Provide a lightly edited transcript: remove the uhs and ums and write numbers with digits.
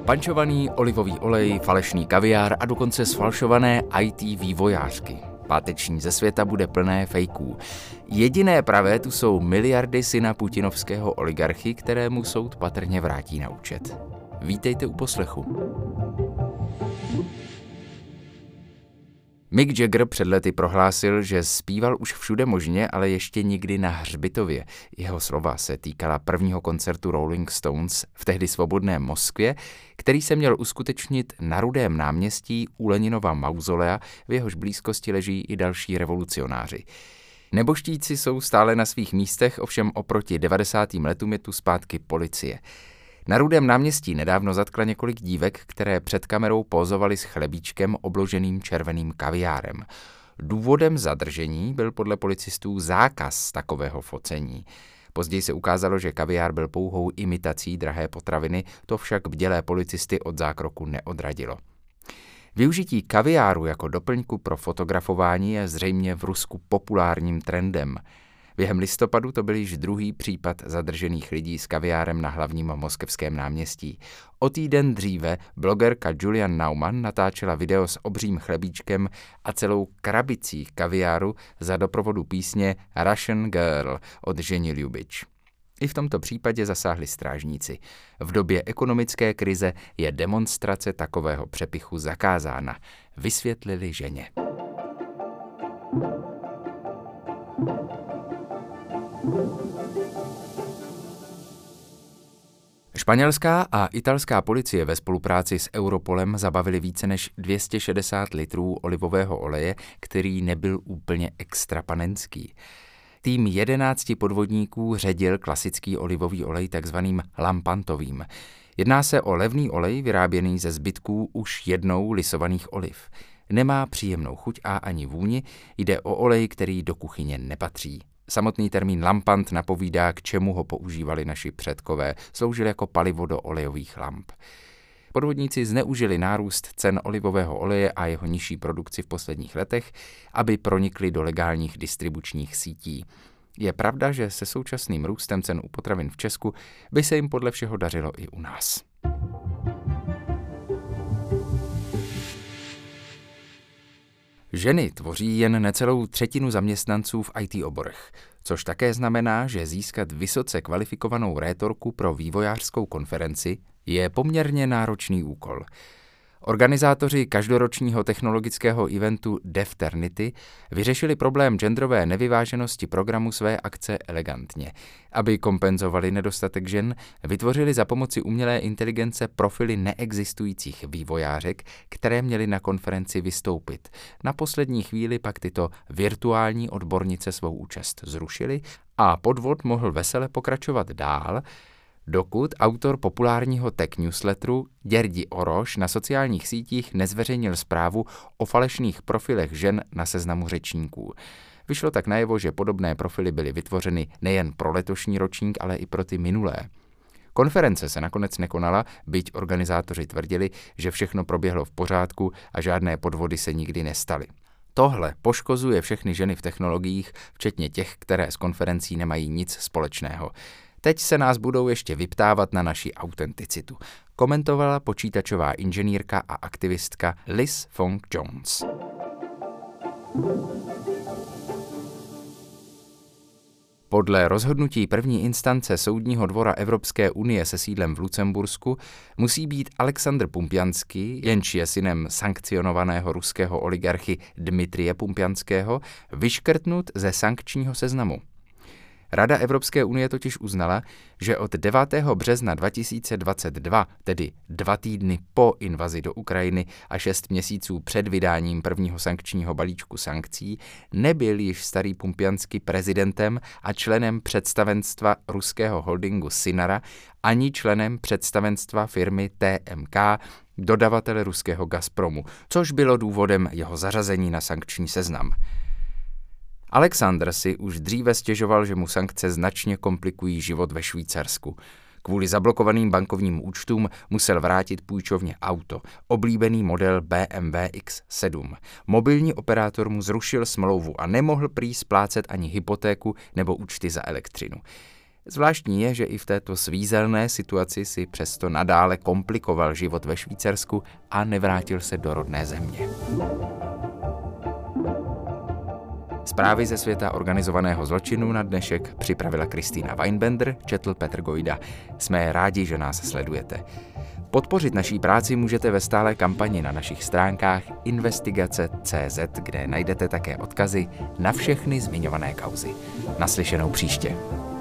Pančovaný olivový olej, falešný kaviár a dokonce sfalšované IT vývojářky. Páteční ze světa bude plné fejků. Jediné pravé tu jsou miliardy syna putinovského oligarchy, kterému soud patrně vrátí na účet. Vítejte u poslechu. Mick Jagger před lety prohlásil, že zpíval už všude možně, ale ještě nikdy na hřbitově. Jeho slova se týkala prvního koncertu Rolling Stones v tehdy svobodném Moskvě, který se měl uskutečnit na Rudém náměstí u Leninova mauzolea, v jehož blízkosti leží i další revolucionáři. Nebožtíci jsou stále na svých místech, ovšem oproti 90. letům je tu zpátky policie. Na Rudém náměstí nedávno zatkla několik dívek, které před kamerou pózovaly s chlebíčkem obloženým červeným kaviárem. Důvodem zadržení byl podle policistů zákaz takového focení. Později se ukázalo, že kaviár byl pouhou imitací drahé potraviny, to však bdělé policisty od zákroku neodradilo. Využití kaviáru jako doplňku pro fotografování je zřejmě v Rusku populárním trendem. Během listopadu to byl již druhý případ zadržených lidí s kaviárem na hlavním moskevském náměstí. O týden dříve blogerka Julian Nauman natáčela video s obřím chlebíčkem a celou krabicí kaviáru za doprovodu písně Russian Girl od Ženi Ljubič. I v tomto případě zasáhli strážníci. V době ekonomické krize je demonstrace takového přepichu zakázána, vysvětlili ženě. Španělská a italská policie ve spolupráci s Europolem zabavili více než 260 litrů olivového oleje, který nebyl úplně extra panenský. Tým 11 podvodníků ředil klasický olivový olej takzvaným lampantovým. Jedná se o levný olej vyráběný ze zbytků už jednou lisovaných oliv. Nemá příjemnou chuť a ani vůni, jde o olej, který do kuchyně nepatří. Samotný termín lampant napovídá, k čemu ho používali naši předkové, sloužil jako palivo do olejových lamp. Podvodníci zneužili nárůst cen olivového oleje a jeho nižší produkci v posledních letech, aby pronikli do legálních distribučních sítí. Je pravda, že se současným růstem cen u potravin v Česku by se jim podle všeho dařilo i u nás. Ženy tvoří jen necelou třetinu zaměstnanců v IT oborech, což také znamená, že získat vysoce kvalifikovanou rétorku pro vývojářskou konferenci je poměrně náročný úkol. Organizátoři každoročního technologického eventu Devternity vyřešili problém genderové nevyváženosti programu své akce elegantně. Aby kompenzovali nedostatek žen, vytvořili za pomoci umělé inteligence profily neexistujících vývojářek, které měly na konferenci vystoupit. Na poslední chvíli pak tyto virtuální odbornice svou účast zrušily a podvod mohl vesele pokračovat dál, dokud autor populárního tech newsletteru Děrdi Oroš na sociálních sítích nezveřejnil zprávu o falešných profilech žen na seznamu řečníků. Vyšlo tak najevo, že podobné profily byly vytvořeny nejen pro letošní ročník, ale i pro ty minulé. Konference se nakonec nekonala, byť organizátoři tvrdili, že všechno proběhlo v pořádku a žádné podvody se nikdy nestaly. Tohle poškozuje všechny ženy v technologiích, včetně těch, které s konferencí nemají nic společného. Teď se nás budou ještě vyptávat na naši autenticitu, komentovala počítačová inženýrka a aktivistka Liz Fong Jones. Podle rozhodnutí první instance Soudního dvora Evropské unie se sídlem v Lucembursku musí být Alexandr Pumpjanský, jenž je synem sankcionovaného ruského oligarchy Dmitrije Pumpjanského, vyškrtnut ze sankčního seznamu. Rada Evropské unie totiž uznala, že od 9. března 2022, tedy 2 týdny po invazi do Ukrajiny a 6 měsíců před vydáním prvního sankčního balíčku sankcí, nebyl již starý Pumpjanský prezidentem a členem představenstva ruského holdingu Sinara ani členem představenstva firmy TMK, dodavatele ruského Gazpromu, což bylo důvodem jeho zařazení na sankční seznam. Alexandr si už dříve stěžoval, že mu sankce značně komplikují život ve Švýcarsku. Kvůli zablokovaným bankovním účtům musel vrátit půjčovně auto, oblíbený model BMW X7. Mobilní operátor mu zrušil smlouvu a nemohl prý splácet ani hypotéku nebo účty za elektřinu. Zvláštní je, že i v této svízelné situaci si přesto nadále komplikoval život ve Švýcarsku a nevrátil se do rodné země. Zprávy ze světa organizovaného zločinu na dnešek připravila Kristýna Weinbender, četl Petr Gojda. Jsme rádi, že nás sledujete. Podpořit naší práci můžete ve stálé kampani na našich stránkách investigace.cz, kde najdete také odkazy na všechny zmiňované kauzy. Naslyšenou příště.